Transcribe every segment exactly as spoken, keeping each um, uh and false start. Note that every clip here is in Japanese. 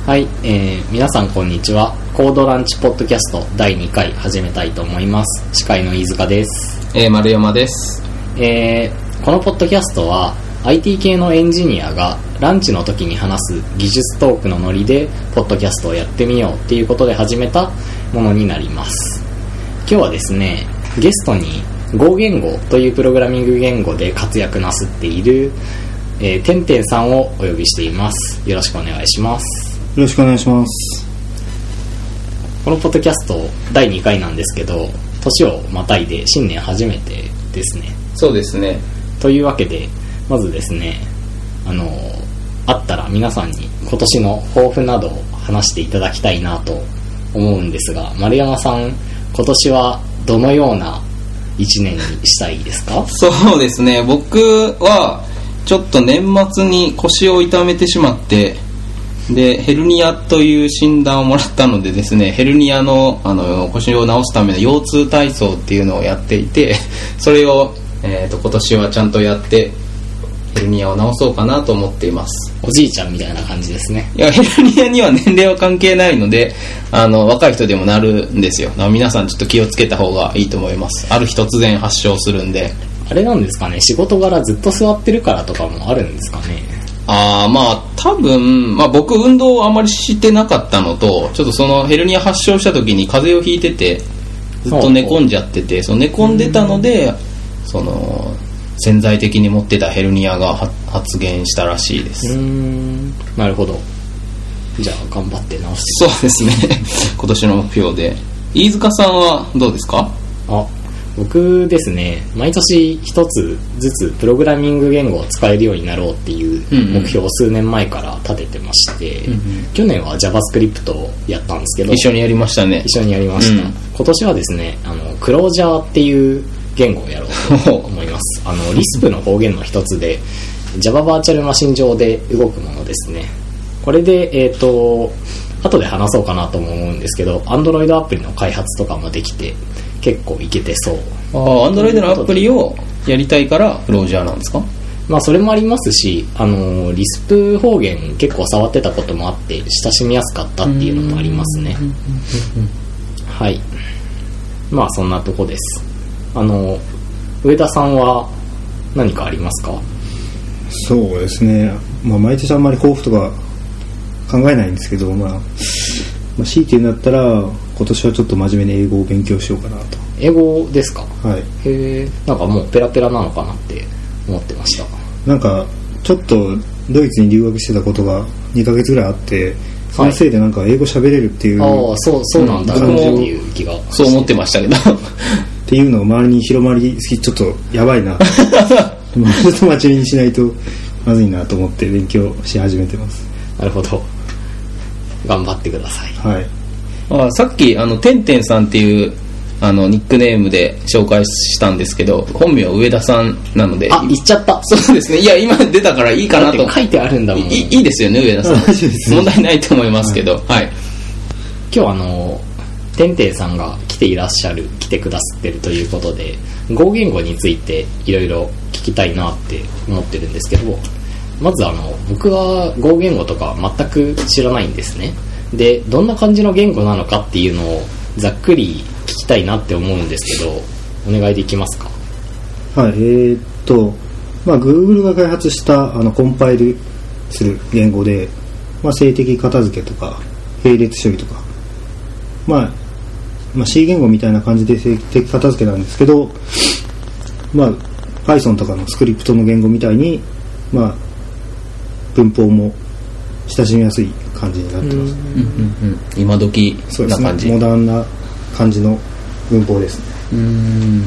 はい、えー、皆さんこんにちは。コードランチポッドキャストだいにかい始めたいと思います。司会の飯塚です。 えー、丸山です。 えー、このポッドキャストは アイティー 系のエンジニアがランチの時に話す技術トークのノリでポッドキャストをやってみようっていうことで始めたものになります。今日はですね、ゲストに Go 言語というプログラミング言語で活躍なすっている、えー、てんてんさんをお呼びしています。よろしくお願いします。 よろしくお願いします。 このポッドキャストだいにかいなんですけど、年をまたいで新年初めてですね。 そうですね。 というわけで、まずですね、あのあったら皆さんに今年の抱負などを話していただきたいなと思うんですが、丸山さん、今年はどのようないちねんにしたいですか？ そうですね、僕はちょっと年末に腰を痛めてしまって、でヘルニアという診断をもらったのでですね、ヘルニア の, あの腰を治すための腰痛体操っていうのをやっていて、それを、えー、と今年はちゃんとやってヘルニアを治そうかなと思っています。 おじいちゃんみたいな感じですね。 いや、ヘルニアには年齢は関係ないので、あの若い人でもなるんですよ。だから皆さんちょっと気をつけた方がいいと思います。ある日突然発症するんで。 あれなんですかね、仕事柄ずっと座ってるからとかもあるんですかね。 あまあ多分、まあ、僕運動をあまりしてなかったのと、ちょっとそのヘルニア発症した時に風邪をひいててずっと寝込んじゃってて、その寝込んでたので、その潜在的に持ってたヘルニアが発現したらしいです。 うーん、なるほど。じゃあ頑張って治して。 そうですね今年の目標で。飯塚さんはどうですか？ あ、僕ですね、毎年一つずつプログラミング言語を使えるようになろうっていう目標を数年前から立ててまして、うんうん、去年は JavaScript をやったんですけど、 一緒にやりましたね。 一緒にやりました、うん、今年はですね、あのクロージャーっていう言語をやろうと思いますあのリスプの方言の一つで Java バーチャルマシン上で動くものですね。これでえっと後で話そうかなとも思うんですけど、 Android アプリの開発とかもできて結構いけてそう。 ああ、Android のアプリをやりたいからクロージャーなんですか？ まあそれもありますし、あのリスプ方言結構触ってたこともあって親しみやすかったっていうのもありますね。はい、まあそんなとこです。あの上田さんは何かありますか？ そうですね、まあ、毎年あんまり抱負とか考えないんですけど、まあ、まあ強いて言うんだったら今年はちょっと真面目に英語を勉強しようかなと。 英語ですか？ はい。 へえ、なんかもうペラペラなのかなって思ってました。 なんかちょっとドイツに留学してたことがにかげつぐらいあって、そのせいでなんか英語喋れるっていう、 はい、ああ、そうそうなんだ、うん、っていう気がそう思ってましたけどっていうのが周りに広まりすぎ、ちょっとやばいなちょっと真面目にしないとまずいなと思って勉強し始めてます。 なるほど、頑張ってください。 はい。 あ、さっきあのてんてんさんっていうあのニックネームで紹介したんですけど、本名は上田さんなので。 あ、言っちゃった。 そうですね。いや、今出たからいいかなと。 だって書いてあるんだもん。 い い, いいですよね、上田さん問題ないと思いますけど、はい、はい、 今日あのてんてんさんが来ていらっしゃる来てくださってるということで Go 言語についていろいろ聞きたいなって思ってるんですけど、まずあの僕は Go 言語とか全く知らないんですね。で、どんな感じの言語なのかっていうのをざっくり聞きたいなって思うんですけど、お願いできますか？ はい、えー、っと、まあ、Google が開発したあのコンパイルする言語で、まあ、静的片付けとか並列処理とか、まあまあ、C 言語みたいな感じで静的片付けなんですけど、まあ、Python とかのスクリプトの言語みたいに、まあ、文法も親しみやすい感じになってます。うんうんうん、今時な感じ、 ね、モダンな感じの文法ですね。 うんうん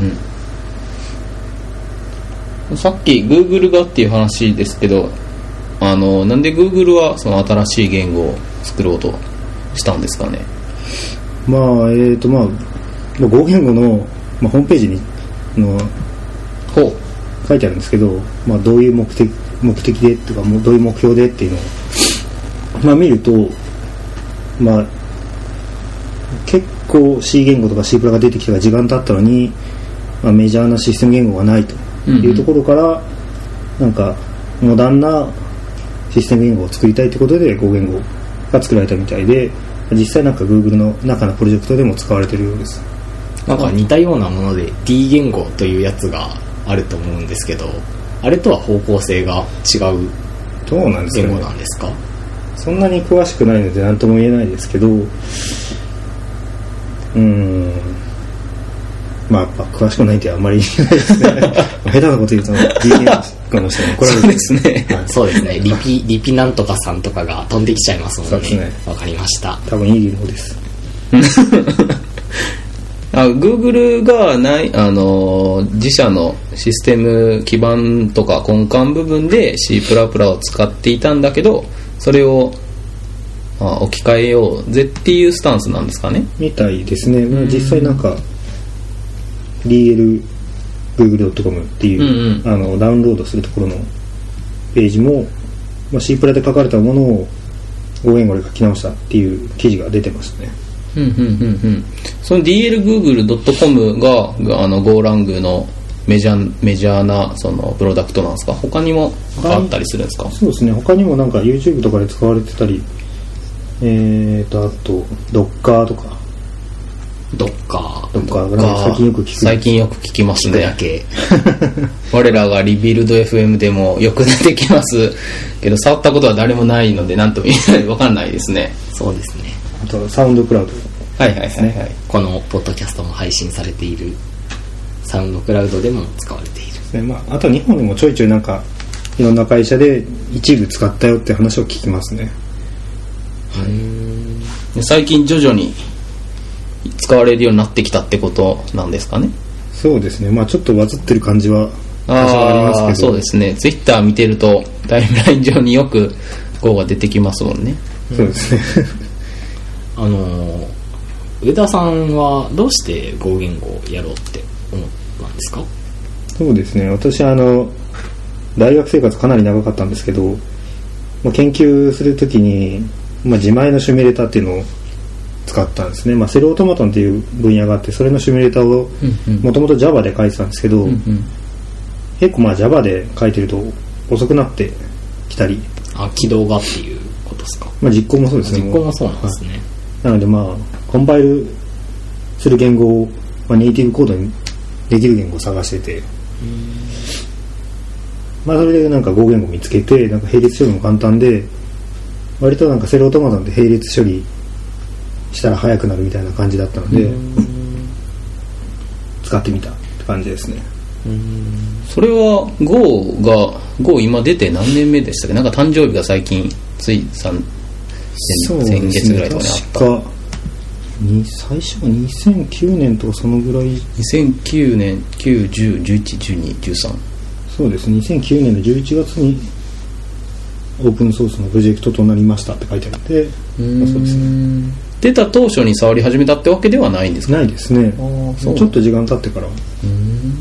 うん、さっき Google がっていう話ですけど、あのなんで Google はその新しい言語を作ろうとしたんですかね？ まあえーとまあ Go 言語の、まあ、ホームページにのほう書いてあるんですけど、まあ、どういう目的目的でとかもどういう目標でっていうのをまあ見ると、まあ結構 C 言語とか C プラが出てきたが時間経ったのに、まあ、メジャーなシステム言語がないというところから、うんうん、なんかモダンなシステム言語を作りたいということで Go 言語をが作られたみたいで、実際なんか Google の中のプロジェクトでも使われてるようです。 なんか似たようなもので D 言語というやつがあると思うんですけど、あれとは方向性が違うどうなんですかね。 言語なんですか？ そんなに詳しくないので何とも言えないですけど、うーん、まあやっぱ詳しくないんであんまり言えないですね。下手なこと言うと ディーエヌエー かもしれない。これはそうですね、 はい、 そうですね。リピリピなんとかさんとかが飛んできちゃいますもんね。 そうですね。 わかりました。 多分いい言語です。 あ Google がないあの自社のシステム基盤とか根幹部分で C++ を使っていたんだけど、それをあ置き換えようぜっていうスタンスなんですかね。 みたいですね。まあ、実際なんか ディーエル グーグルドットコム っていう、うんうん、あのダウンロードするところのページも、まあ、C プラで書かれたものを Go 言語で書き直したっていう記事が出てましたね。 うんうんうんうん、その ディーエルグーグルドットコム があの GoLang のメジャーメジャーなそのプロダクトなんですか？他にもあったりするんですか？ そうですね。他にもなんか YouTube とかで使われてたり、えーとあと Docker とか。 Docker。 Docker 最近よく聞く。 最近よく聞きますね。 だけ。 我らがリビルド エフエム でもよく出てきますけど、触ったことは誰もないので何とも言えない、分かんないですね。 そうですね。 あとサウンドクラウド、 はいはいはいはい、 このポッドキャストも配信されているサウンドクラウドでも使われている、 ね。まあ、あと日本でもちょいちょいなんかいろんな会社で一部使ったよって話を聞きますね。 はい、最近徐々に使われるようになってきたってことなんですかね。 そうですね。まあちょっとバズってる感じはありますけど、そうですね。ツイッター見てるとタイムライン上によく Go が出てきますもんね。 そうですね。 あの上田さんはどうして Go 言語をやろうって思ったんですか？ そうですね。私あの大学生活かなり長かったんですけど、まあ、研究するときに、まあ、自前のシミュレーターっていうのを使ったんですね。まあ、セルオートマトンっていう分野があって、それのシミュレーターをもともと Java で書いてたんですけど、うんうん、結構まあ Java で書いてると遅くなってきたり、 あ、起動がっていうことですか？ まあ、実行もそうですね。 実行もそうなんですね。 なのでまあコンパイルする言語を、まあ、ネイティブコードにできる言語を探してて、まあそれでなんか Go 言語見つけて、なんか並列処理も簡単で、割となんかセルオートマトンで並列処理したら速くなるみたいな感じだったので使ってみたって感じですね。 うーん、それは Go が Go 今出て何年目でしたっけ？なんか誕生日が最近ついさん先月ぐらいとかにあった。 確かに最初はにせんきゅうねんとかそのぐらい。 にせんきゅうねん、きゅう、じゅう、じゅういち、じゅうに、じゅうさん。 そうです。にせんきゅうねんのじゅういちがつにオープンソースのプロジェクトとなりましたって書いてあって、まあ、そうですね。 出た当初に触り始めたってわけではないんですか？ ないですね。ちょっと時間経ってから。うーん、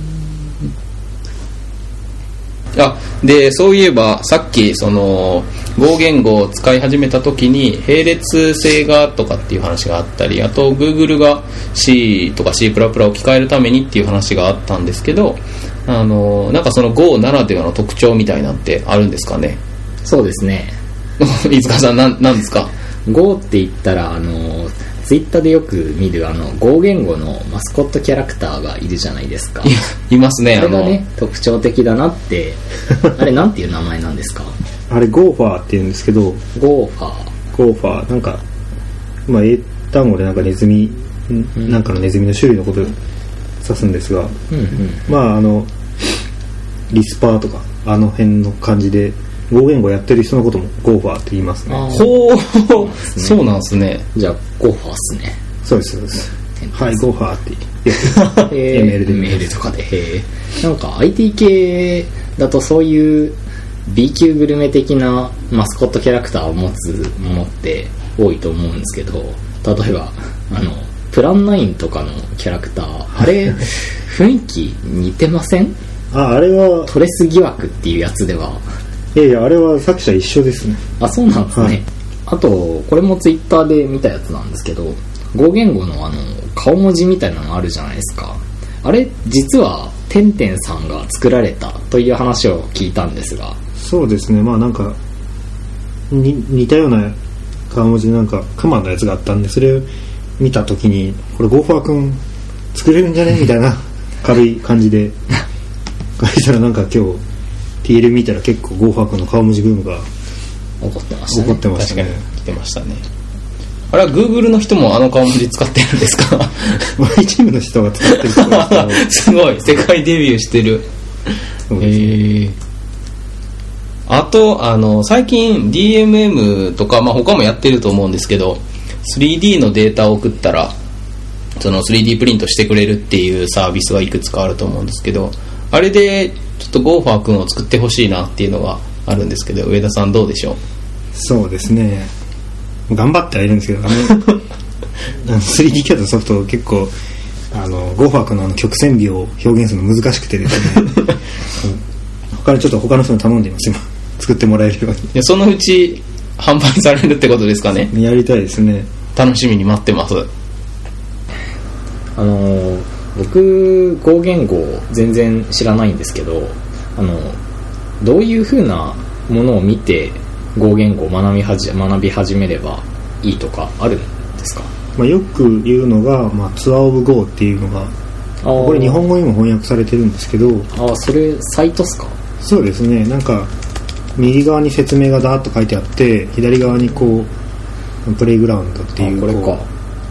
あ、でそういえばさっきその Go 言語を使い始めた時に並列性がとかっていう話があったり、あと Google が C とか C++ を置き換えるためにっていう話があったんですけど、あのなんかその Go ならではの特徴みたいなんてあるんですかね？ そうですね。 飯塚さん、なんなんですか？ Go って言ったらあのツイッターでよく見るあの Go 言語のマスコットキャラクターがいるじゃないですか。 い, いますね。 あれがね特徴的だなって。あれなんていう名前なんですか？ あれゴーファーって言うんですけど、 ゴーファーゴーファーなんか、まあ、英単語でなんかネズミ、うん、なんかのネズミの種類のことを指すんですが、うんうん、まああのリスパーとかあの辺の感じでGo言語やってる人のこともゴーファーって言いますね。 ほう、そうなんですね。 じゃあゴーファーっすね。 そうですそうです。はい、ゴーファーって言って、 えー、メールでメールとかで、へー、なんか アイティー 系だとそういう B 級グルメ的なマスコットキャラクターを持つものって多いと思うんですけど、例えばあのプランナインとかのキャラクター、あれ雰囲気似てません？ あ、あれはトレス疑惑っていうやつでは。 いやいや、あれは作者一緒ですね。 あ、そうなんですね。はい、あとこれもツイッターで見たやつなんですけど、Go言語のあの顔文字みたいなのあるじゃないですか。あれ実はてんてんさんが作られたという話を聞いたんですが。 そうですね。まあなんかに似たような顔文字でなんかクマのやつがあったんで、それを見た時にこれゴーファーくん作れるんじゃねみたいな軽い感じで書いたら、なんか今日 ティーエル 見たら結構ゴーファーくんの顔文字ブームが起こってましたね。 起こってましたね。 確かに来てましたね。あれは Google の人もあの顔文字使ってるんですか？ 一部の人が使ってる人がすごい世界デビューしてる。 そうですね。 へえ。あとあの最近 ディーエムエム とか、まあ、他もやってると思うんですけど、 スリーディー のデータを送ったらその スリーディー プリントしてくれるっていうサービスがいくつかあると思うんですけど、あれでちょっとゴーファーくんを作ってほしいなっていうのがあるんですけど、上田さんどうでしょう？ そうですね、頑張ってはいるんですけど、あのあの スリーディー キャットのソフト結構あのゴーファー君のあの曲線美を表現するの難しくてですね他にちょっと他の人に頼んでいます今作ってもらえるように。 でそのうち販売されるってことですかね？ やりたいですね。 楽しみに待ってます。 あの僕 Go 言語全然知らないんですけど、あのどういう風なものを見て Go 言語を学びはじ学び始めればいいとかあるんですか？ まあ、よく言うのが、まあ、ツアーオブ Go っていうのがこれ日本語にも翻訳されてるんですけど、 ああ、それサイトっすか？ そうですね、なんか右側に説明がダーッと書いてあって左側にこうプレイグラウンドっていうこれかこ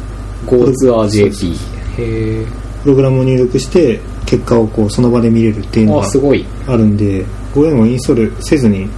Go ツアー ジェーピー へえ。 プログラムを入力して結果をこうその場で見れるっていうのがあすごいあるんで、Go 言語をインストールせずに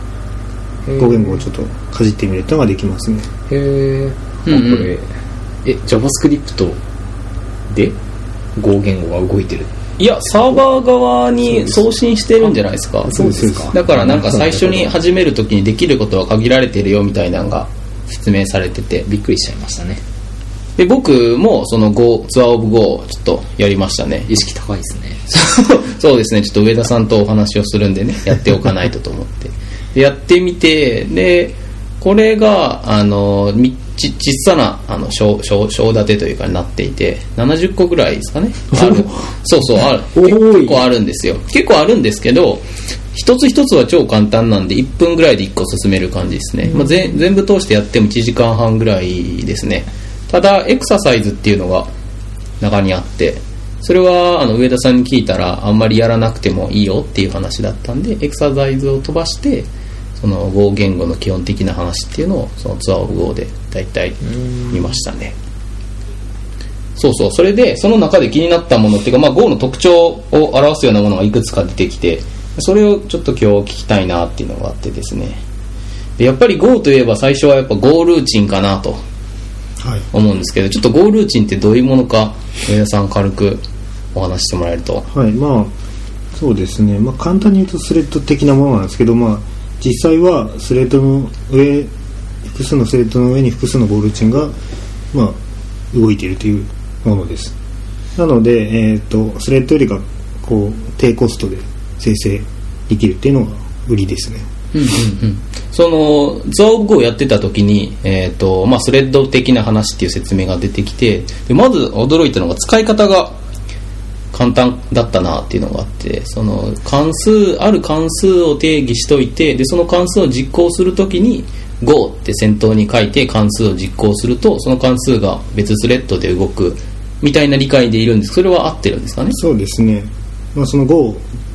Go 言語をちょっとかじってみるっていうのができますね。 へえ、 うんうんこれえ JavaScript で Go 言語が動いてる？ いやサーバー側に送信してるんじゃないですか？ そうですか。 だからなんか最初に始めるときにできることは限られてるよみたいなのが説明されててびっくりしちゃいましたね。 で僕もその Go ツアーオブ Go ちょっとやりましたね。 意識高いですね。 そうですね、ちょっと上田さんとお話をするんでねやっておかないとと思ってでやってみて、でこれがあのみち小さなあの小小小立てというかになっていてななじゅっこぐらいですかねあるそうそうある結構あるんですよ。結構あるんですけど一つ一つは超簡単なんでいっぷんぐらいでいっこ進める感じですね、まあ、ぜ全部通してやってもいちじかんはんぐらいですね。ただエクササイズっていうのが中にあって、それはあの上田さんに聞いたらあんまりやらなくてもいいよっていう話だったんで、エクササイズを飛ばしてその Go 言語の基本的な話っていうのをそのツアーオブ Go でだいたい見ましたね。そうそう、それでその中で気になったものっていうか、まあ、Go の特徴を表すようなものがいくつか出てきて、それをちょっと今日聞きたいなっていうのがあってですね。でやっぱり Go といえば最初はやっぱ Go ルーチンかなと思うんですけど、ちょっと Go ルーチンってどういうものか上田さん軽くお話してもらえると。 はい、まあそうですね、まあ、簡単に言うとスレッド的なものなんですけど、まあ、実際はスレッドの上複数のスレッドの上に複数のGoルーチンが、まあ、動いているというものです。なので、えー、とスレッドよりがこう低コストで生成できるっていうのが売りですね。 うんうんうん、そのツアーオブ Go をやってた時に、えーとまあ、スレッド的な話っていう説明が出てきて、でまず驚いたのが使い方が簡単だったなっていうのがあって、その関数ある関数を定義しといて、でその関数を実行するときに Go って先頭に書いて関数を実行するとその関数が別スレッドで動くみたいな理解でいるんです。それは合ってるんですかね？ そうですね、まあ、その Go,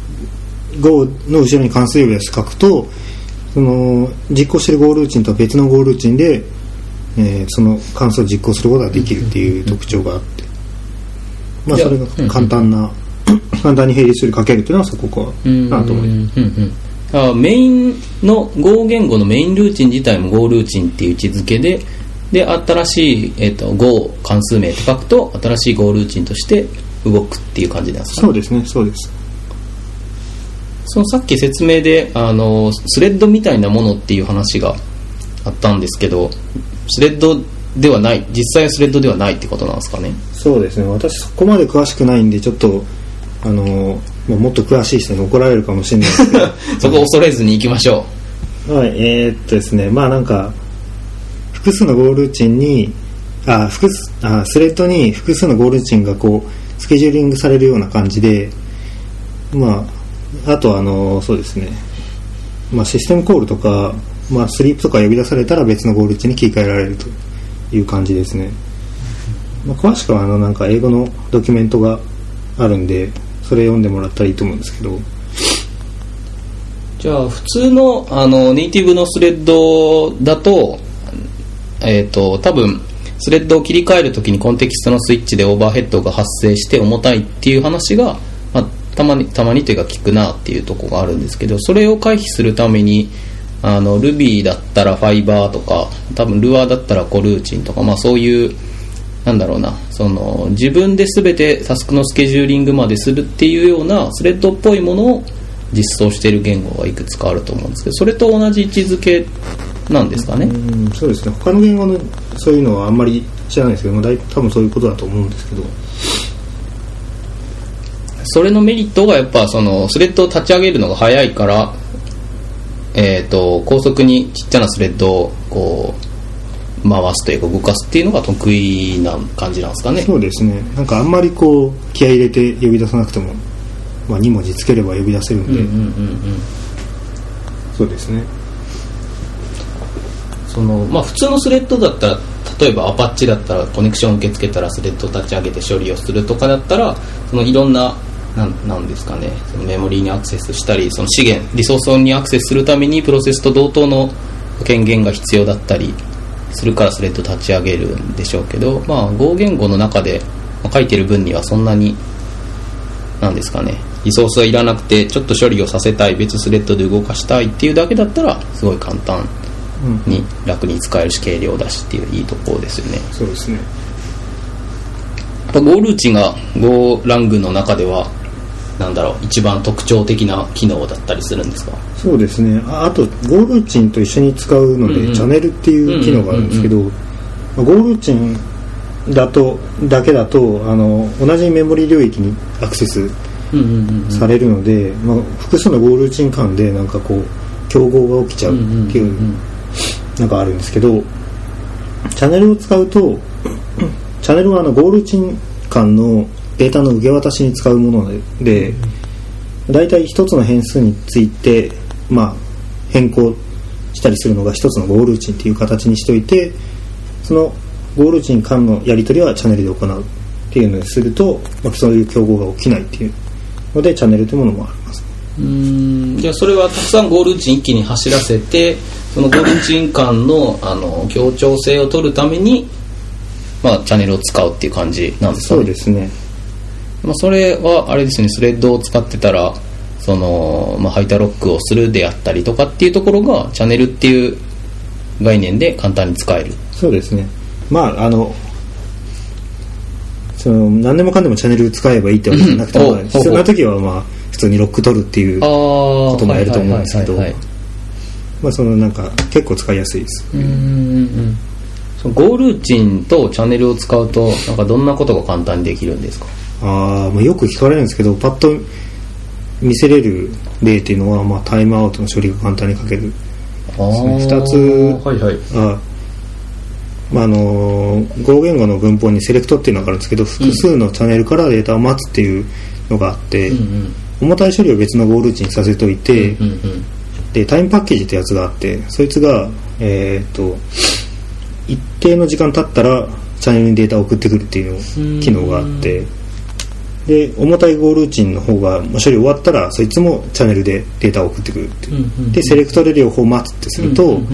Go の後ろに関数呼び出し書くと、その実行している Go ルーチンとは別の Go ルーチンで、えー、その関数を実行することができるっていう特徴があって、まあ、それが簡単な、うんうん、簡単に並列処理かけるというのはそこかなと思います。 うんうんうん、あメインの Go 言語のメインルーチン自体も Go ルーチンっていう位置づけで、で新しい、えー、と Go 関数名と書くと新しい Go ルーチンとして動くっていう感じなんですかね？ そうですね、そうです。 そのさっき説明であのスレッドみたいなものっていう話があったんですけど、スレッドではない、実際はスレッドではないってことなんですかね？そうですね、私そこまで詳しくないんでちょっとあのもっと詳しい人に怒られるかもしれないですけどそこ恐れずに行きましょう。はい、えー、っとですね、まあなんか複数のGoルーチンにあ複数あスレッドに複数のGoルーチンがこうスケジューリングされるような感じで、まああとあのそうですね、まあ、システムコールとかまあ、スリープとか呼び出されたら別のゴール値に切り替えられるという感じですね。まあ、詳しくはあのなんか英語のドキュメントがあるんでそれ読んでもらったらいいと思うんですけど。 じゃあ普通の、あのネイティブのスレッドだと、えーと、多分スレッドを切り替えるときにコンテキストのスイッチでオーバーヘッドが発生して重たいっていう話が、まあ、たまにたまにというか聞くなっていうところがあるんですけど、それを回避するためにあの Ruby だったら Fiber とか多分 Lua だったらコルーチンとか、まあ、そういうなんだろうな、その自分で全てタスクのスケジューリングまでするっていうようなスレッドっぽいものを実装している言語がいくつかあると思うんですけど、それと同じ位置づけなんですかね。 うん、そうですね。他の言語のそういうのはあんまり知らないですけど、まあ、大多分そういうことだと思うんですけど、 それのメリットがやっぱそのスレッドを立ち上げるのが早いから、えーと、高速にちっちゃなスレッドをこう回すというか動かすっていうのが得意な感じなんですかね。 そうですね。なんかあんまりこう気合い入れて呼び出さなくても、まあ、に文字つければ呼び出せるんで、うんうんうんうん、そうですね。 そのまあ、普通のスレッドだったら、例えばアパッチだったらコネクションを受け付けたらスレッドを立ち上げて処理をするとかだったら、そのいろんななんなんですかね、そのメモリーにアクセスしたり、その資源リソースにアクセスするためにプロセスと同等の権限が必要だったりするからスレッド立ち上げるんでしょうけど、まあ、Go 言語の中で書いてる分にはそんなになんですかね、リソースはいらなくてちょっと処理をさせたい、別スレッドで動かしたいっていうだけだったらすごい簡単に楽に使えるし軽量だしっていういいところですよね。 そうですね。 Go ルーチンが Go ラングの中ではなんだろう、一番特徴的な機能だったりするんですか？ そうですね。 あ, あと Go ルーチンと一緒に使うので、うんうん、チャネルっていう機能があるんですけど、うんうんうん、Go ルーチンだとだけだとあの同じメモリ領域にアクセスされるので、うんうんうんうん、まあ、複数の Go ルーチン間でなんかこう競合が起きちゃうっていうなんかあるんですけど、チャネルを使うとチャネルはあの Go ルーチン間のデータの受け渡しに使うもので、だいたい一つの変数について、まあ、変更したりするのが一つの Go ルーチンっていう形にしておいて、その Go ルーチン間のやり取りはチャネルで行うっていうのにすると、まあ、そういう競合が起きないっていうのでチャネルというものもあります。 うーん、じゃあそれはたくさん Go ルーチン一気に走らせて、その Go ルーチン間の、あの協調性を取るために、まあ、チャンネルを使うっていう感じなんですかね。 そうですね。 まあ、それはあれですね、スレッドを使ってたらその、まあ、ハイタロックをするであったりとかっていうところがチャンネルっていう概念で簡単に使える。 そうですね。まああのその何でもかんでもチャンネル使えばいいってわけじゃなくて、まあ、必要な時はまあ普通にロック取るっていうこともやると思うんですけど、まあそのなんか結構使いやすいです。 うんうん、その Go ルーチンとチャンネルを使うとなんかどんなことが簡単にできるんですか？ あ、まあ、よく聞かれるんですけど、パッと見せれる例っていうのは、まあ、タイムアウトの処理が簡単に書けるですね。ふたつ、 はいはい、 あ、まあ、あの Go 言語の文法にセレクトっていうのがあるんですけど、複数のチャンネルからデータを待つっていうのがあって、うんうん、重たい処理を別の Go ルーチンにさせておいて、うんうんうん、でタイムパッケージってやつがあって、そいつが、えー、っと一定の時間経ったらチャンネルにデータを送ってくるっていう機能があって、で重たい Go ルーチンの方が処理終わったらそいつもチャンネルでデータを送ってくるっていう、うんうんうん、でセレクトで両方待つってすると、うんうんうんうん、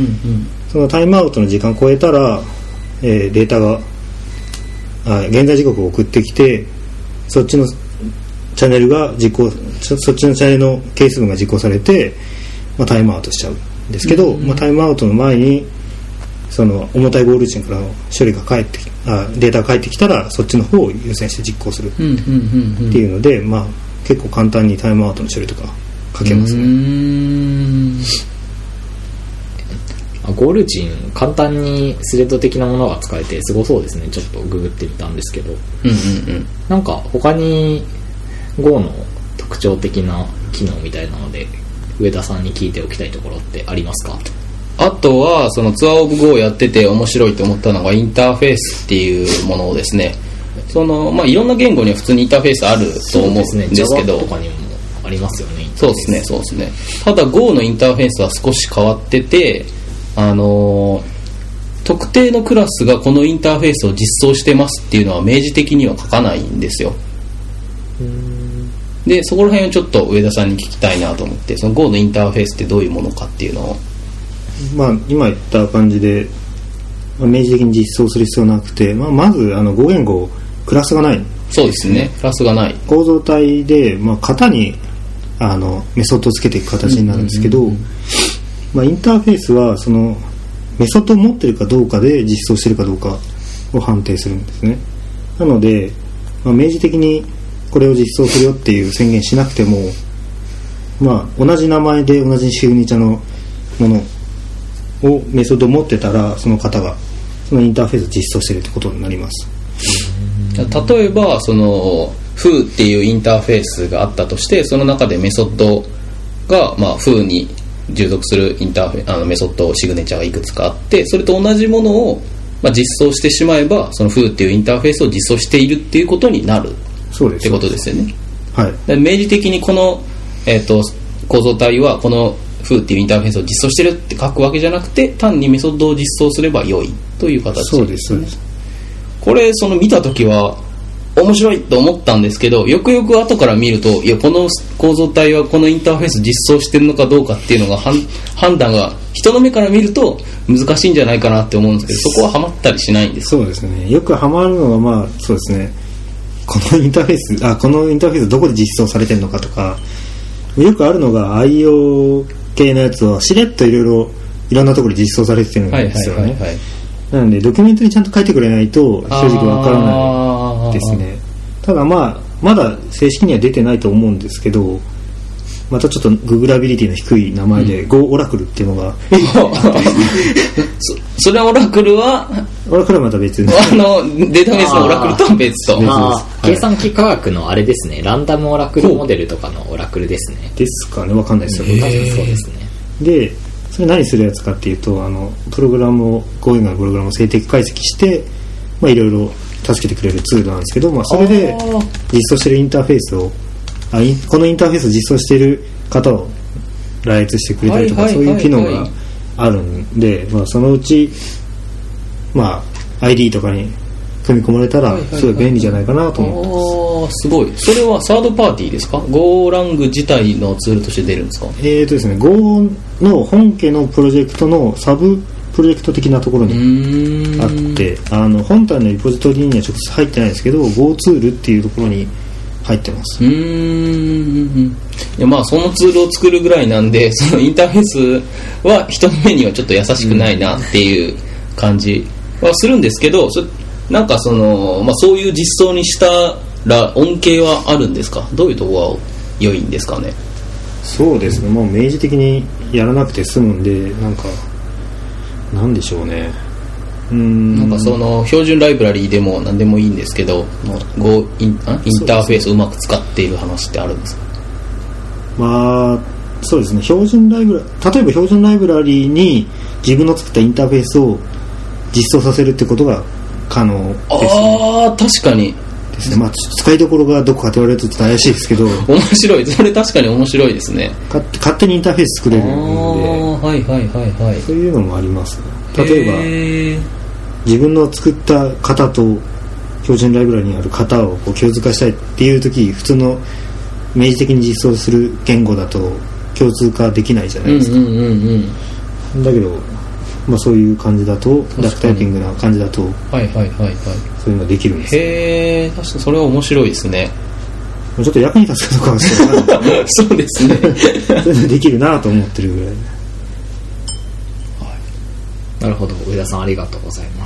そのタイムアウトの時間超えたら、えー、データがあ現在時刻を送ってきて、そっちのチャンネルが実行 そ, そっちのチャンネルのケース分が実行されて、まあ、タイムアウトしちゃうんですけど、うんうん、まあ、タイムアウトの前にその重たい Go ルーチンからの処理が返ってきあデータが返ってきたらそっちの方を優先して実行するっていうので、まあ、結構簡単にタイムアウトの処理とか書けますね。うーん、 Go ルーチン簡単にスレッド的なものが使えてすごそうですね。ちょっとググってみたんですけど、うんうんうん、なんか他に Go の特徴的な機能みたいなので上田さんに聞いておきたいところってありますか？ あとはそのツアーオブ Go をやってて面白いと思ったのがインターフェースっていうものをですね、その、まあ、いろんな言語には普通にインターフェースあると思うんですけど、 Java とかにもあありますよね。 そうですね、そうですね。ただ Go のインターフェースは少し変わってて、あのー特定のクラスがこのインターフェースを実装してますっていうのは明示的には書かないんですよ。でそこら辺をちょっと上田さんに聞きたいなと思って、その Go のインターフェースってどういうものかっていうのを。 まあ今言った感じで、まあ、明示的に実装する必要なくて、まあ、まずあの Go 言語クラスがない。 そうですね、クラスがない構造体で、まあ、型にあのメソッドをつけていく形になるんですけど、うんうんうんうん、まあ、インターフェースはそのメソッドを持ってるかどうかで実装してるかどうかを判定するんですね。なので、まあ、明示的にこれを実装するよっていう宣言しなくても、まあ、同じ名前で同じシグニチャのものをメソッドを持ってたら、その方がそのインターフェースを実装してるってことになります。 例えばその フー っていうインターフェースがあったとして、その中でメソッドが、まあ、フー に従属するインターフェあのメソッドシグネチャーがいくつかあって、それと同じものを、まあ、実装してしまえば、その フー っていうインターフェースを実装しているっていうことになるってことですよね。 はい、 明示的にこの、えー、と構造体はこの フー っていうインターフェースを実装してるって書くわけじゃなくて、単にメソッドを実装すれば良いという形ですね。 そうです、そうです。 これその見たときは面白いと思ったんですけど、よくよく後から見ると、いやこの構造体はこのインターフェース実装してるのかどうかっていうのが判断が人の目から見ると難しいんじゃないかなって思うんですけど、そこはハマったりしないんですか？ そうですね、よくハマるのは、まあそうですね、このインターフェースあこのインターフェースどこで実装されてるのかとか、よくあるのが アイオー 系のやつはしれっといろいろいろんなところで実装されてるんですよね。はいはいはいはい、なのでドキュメントにちゃんと書いてくれないと正直わからないですね。ただまあまだ正式には出てないと思うんですけど、またちょっとググラビリティの低い名前で、うん、Go オラクルっていうのがそ, それはオラクルはオラクルはまた別にあのデータベースのオラクルとは別と、 あ計算機科学のあれですね、ランダムオラクルモデルとかのオラクルですね。 ですかね、わかんないですよ。 多分そうですね。 でそれ何するやつかっていうと、あのプログラムを Go 言語のプログラムを静的解析して、まあいろいろ助けてくれるツールなんですけど、まあ、それで実装しているインターフェースをあこのインターフェースを実装している方を羅列してくれたりとか、はいはいはいはい、そういう機能があるんで、まあ、そのうち、まあ、アイディー とかに組み込まれたらすごい便利じゃないかなと思ってます。 はいはいはいはい、すごい。それはサードパーティーですか？ Go ラング自体のツールとして出るんですか？ えーとですね、Go の本家のプロジェクトのサブプロジェクト的なところにあって、あの本体のリポジトリには直接入ってないんですけど Go ツールっていうところに入ってます。 うーん、いやまあそのツールを作るぐらいなんで、そのインターフェースは人の目にはちょっと優しくないなっていう感じはするんですけど、そなんかその、まあ、そういう実装にしたら恩恵はあるんですか？どういうところが良いんですかね？ そうですね、もう明示的にやらなくて済むんで、なんかなんでしょうね、うーんなんかその標準ライブラリーでも何でもいいんですけど、Go イン、インターフェースをうまく使っている話ってあるんですか？ まあそうですね、標準ライブラ例えば標準ライブラリーに自分の作ったインターフェースを実装させるってことが可能ですね。 ああ確かにですね、まあ、使いどころがどこかって言われるとちょっと怪しいですけど、 面白い、それ確かに面白いですね。 か勝手にインターフェース作れるので、 はいはいはいはい、 そういうのもあります。例えば自分の作った型と標準ライブラリにある型をこう共通化したいっていう時、普通の明示的に実装する言語だと共通化できないじゃないですか、うんうんうんうん、だけど、まあ、そういう感じだとダックタイピングな感じだと、 はいはいはいはい、 そういうのができるんです。 へえ、確かにそれは面白いですね。 ちょっと役に立つかどうかは知らないそうですねそういうのできるなと思ってるぐらい、はい、 なるほど、上田さんありがとうございます。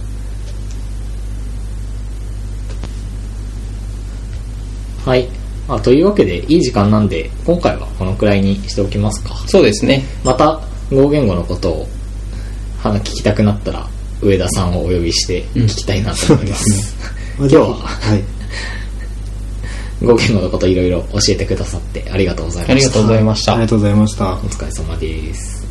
はい、あ、というわけでいい時間なんで今回はこのくらいにしておきますか。 そうですね。 またGo言語のことを聞きたくなったら上田さんをお呼びして聞きたいなと思います、うん、今日は、はい、Go言語のこといろいろ教えてくださってありがとうございました。 ありがとうございました。 ありがとうございました。 お疲れ様です。